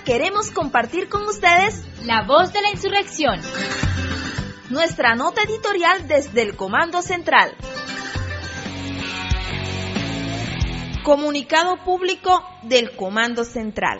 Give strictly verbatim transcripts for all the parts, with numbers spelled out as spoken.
queremos compartir con ustedes La Voz de la Insurrección, nuestra nota editorial desde el Comando Central. Comunicado público del Comando Central.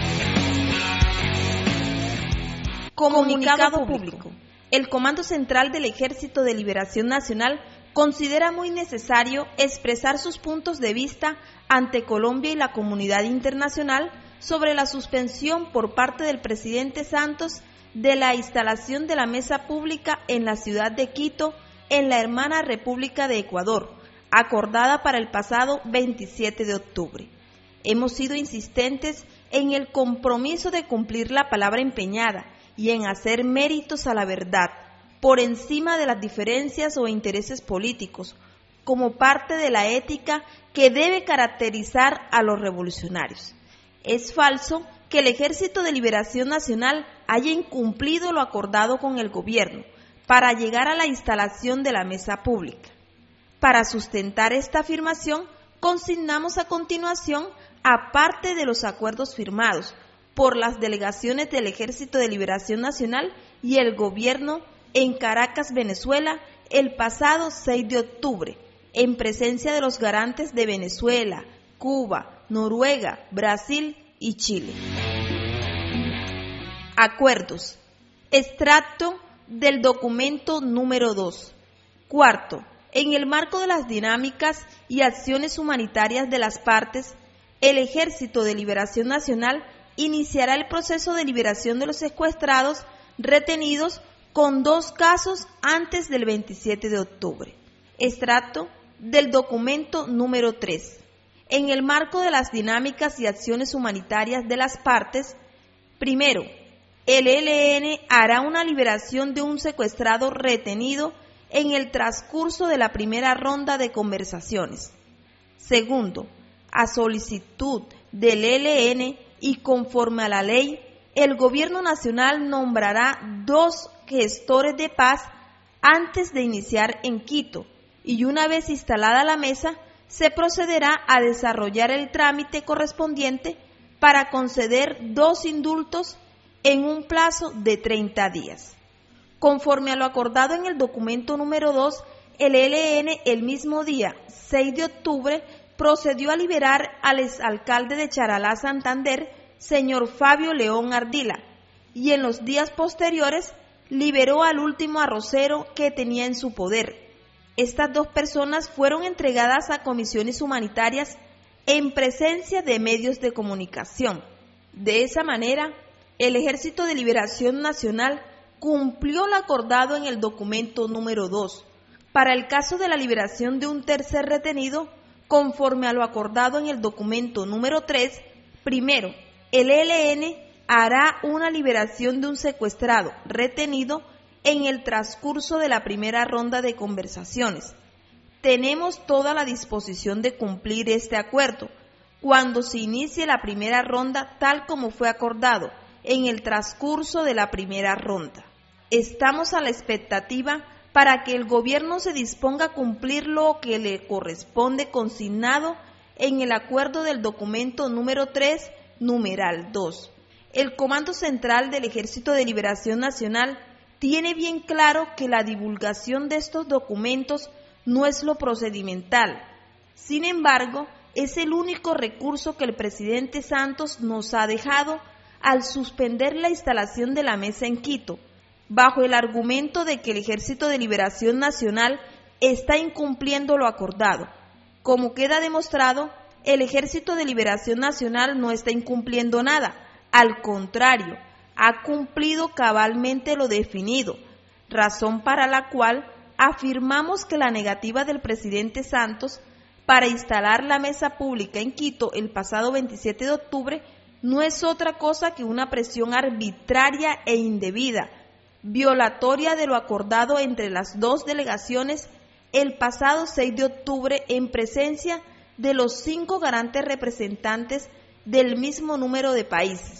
Comunicado, Comunicado público. público. El Comando Central del Ejército de Liberación Nacional considera muy necesario expresar sus puntos de vista ante Colombia y la comunidad internacional sobre la suspensión por parte del presidente Santos de la instalación de la mesa pública en la ciudad de Quito, en la hermana República de Ecuador, acordada para el pasado veintisiete de octubre. Hemos sido insistentes en el compromiso de cumplir la palabra empeñada y en hacer méritos a la verdad, por encima de las diferencias o intereses políticos, como parte de la ética que debe caracterizar a los revolucionarios. Es falso que el Ejército de Liberación Nacional haya incumplido lo acordado con el gobierno para llegar a la instalación de la mesa pública. Para sustentar esta afirmación, consignamos a continuación, aparte de los acuerdos firmados por las delegaciones del Ejército de Liberación Nacional y el gobierno en Caracas, Venezuela, el pasado seis de octubre, en presencia de los garantes de Venezuela, Cuba, Noruega, Brasil y Chile. Acuerdos. Extracto del documento número dos. Cuarto, en el marco de las dinámicas y acciones humanitarias de las partes, el Ejército de Liberación Nacional iniciará el proceso de liberación de los secuestrados retenidos con dos casos antes del veintisiete de octubre. Extracto del documento número tres. En el marco de las dinámicas y acciones humanitarias de las partes, primero, el E L N hará una liberación de un secuestrado retenido en el transcurso de la primera ronda de conversaciones. Segundo, a solicitud del E L N y conforme a la ley, el Gobierno Nacional nombrará dos gestores de paz antes de iniciar en Quito, y una vez instalada la mesa, se procederá a desarrollar el trámite correspondiente para conceder dos indultos en un plazo de treinta días. Conforme a lo acordado en el documento número dos, el E L N el mismo día, seis de octubre, procedió a liberar al exalcalde de Charalá, Santander, señor Fabio León Ardila, y en los días posteriores liberó al último arrocero que tenía en su poder. Estas dos personas fueron entregadas a comisiones humanitarias en presencia de medios de comunicación. De esa manera, el Ejército de Liberación Nacional cumplió lo acordado en el documento número dos. Para el caso de la liberación de un tercer retenido, conforme a lo acordado en el documento número tres, primero, el E L N hará una liberación de un secuestrado retenido en el transcurso de la primera ronda de conversaciones. Tenemos toda la disposición de cumplir este acuerdo cuando se inicie la primera ronda tal como fue acordado en el transcurso de la primera ronda. Estamos a la expectativa para que el gobierno se disponga a cumplir lo que le corresponde consignado en el acuerdo del documento número tres, numeral dos. El Comando Central del Ejército de Liberación Nacional tiene bien claro que la divulgación de estos documentos no es lo procedimental. Sin embargo, es el único recurso que el presidente Santos nos ha dejado al suspender la instalación de la mesa en Quito, bajo el argumento de que el Ejército de Liberación Nacional está incumpliendo lo acordado. Como queda demostrado, el Ejército de Liberación Nacional no está incumpliendo nada, al contrario, ha cumplido cabalmente lo definido, razón para la cual afirmamos que la negativa del presidente Santos para instalar la mesa pública en Quito el pasado veintisiete de octubre no es otra cosa que una presión arbitraria e indebida, violatoria de lo acordado entre las dos delegaciones el pasado seis de octubre en presencia de los cinco garantes representantes del mismo número de países.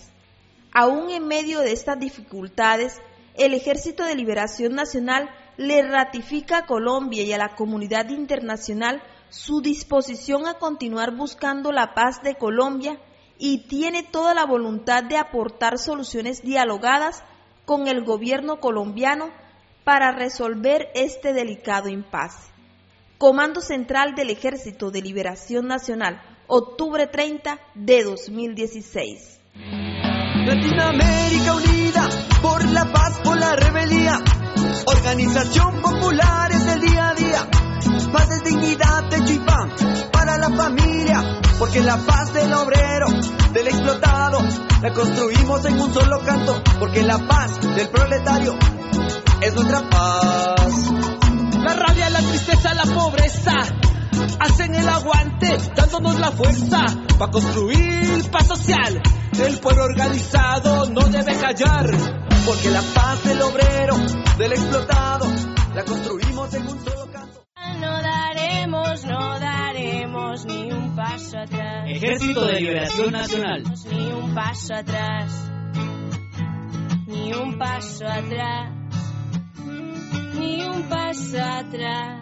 Aún en medio de estas dificultades, el Ejército de Liberación Nacional le ratifica a Colombia y a la comunidad internacional su disposición a continuar buscando la paz de Colombia y tiene toda la voluntad de aportar soluciones dialogadas con el gobierno colombiano para resolver este delicado impasse. Comando Central del Ejército de Liberación Nacional, octubre treinta de dos mil dieciséis. Latinoamérica unida por la paz, por la rebeldía. Organización popular es el día a día. Paz es dignidad, techo y pan para la familia. Porque la paz del obrero, del explotado, la construimos en un solo canto. Porque la paz del proletario es nuestra paz. La rabia, la tristeza, la pobreza hacen el aguante, dándonos la fuerza para construir paz social. El pueblo organizado no debe callar, porque la paz del obrero, del explotado, la construimos en un solo canto. No daremos, no daremos ni un paso atrás. Ejército de Liberación Nacional. Ni un paso atrás, ni un paso atrás, ni un paso atrás.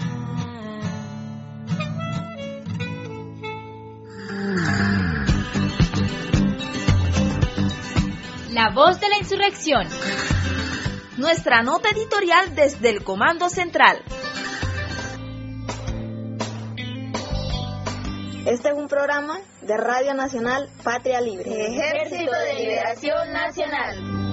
La voz de la insurrección. Nuestra nota editorial desde el Comando Central. Este es un programa de Radio Nacional Patria Libre. Ejército de Liberación Nacional.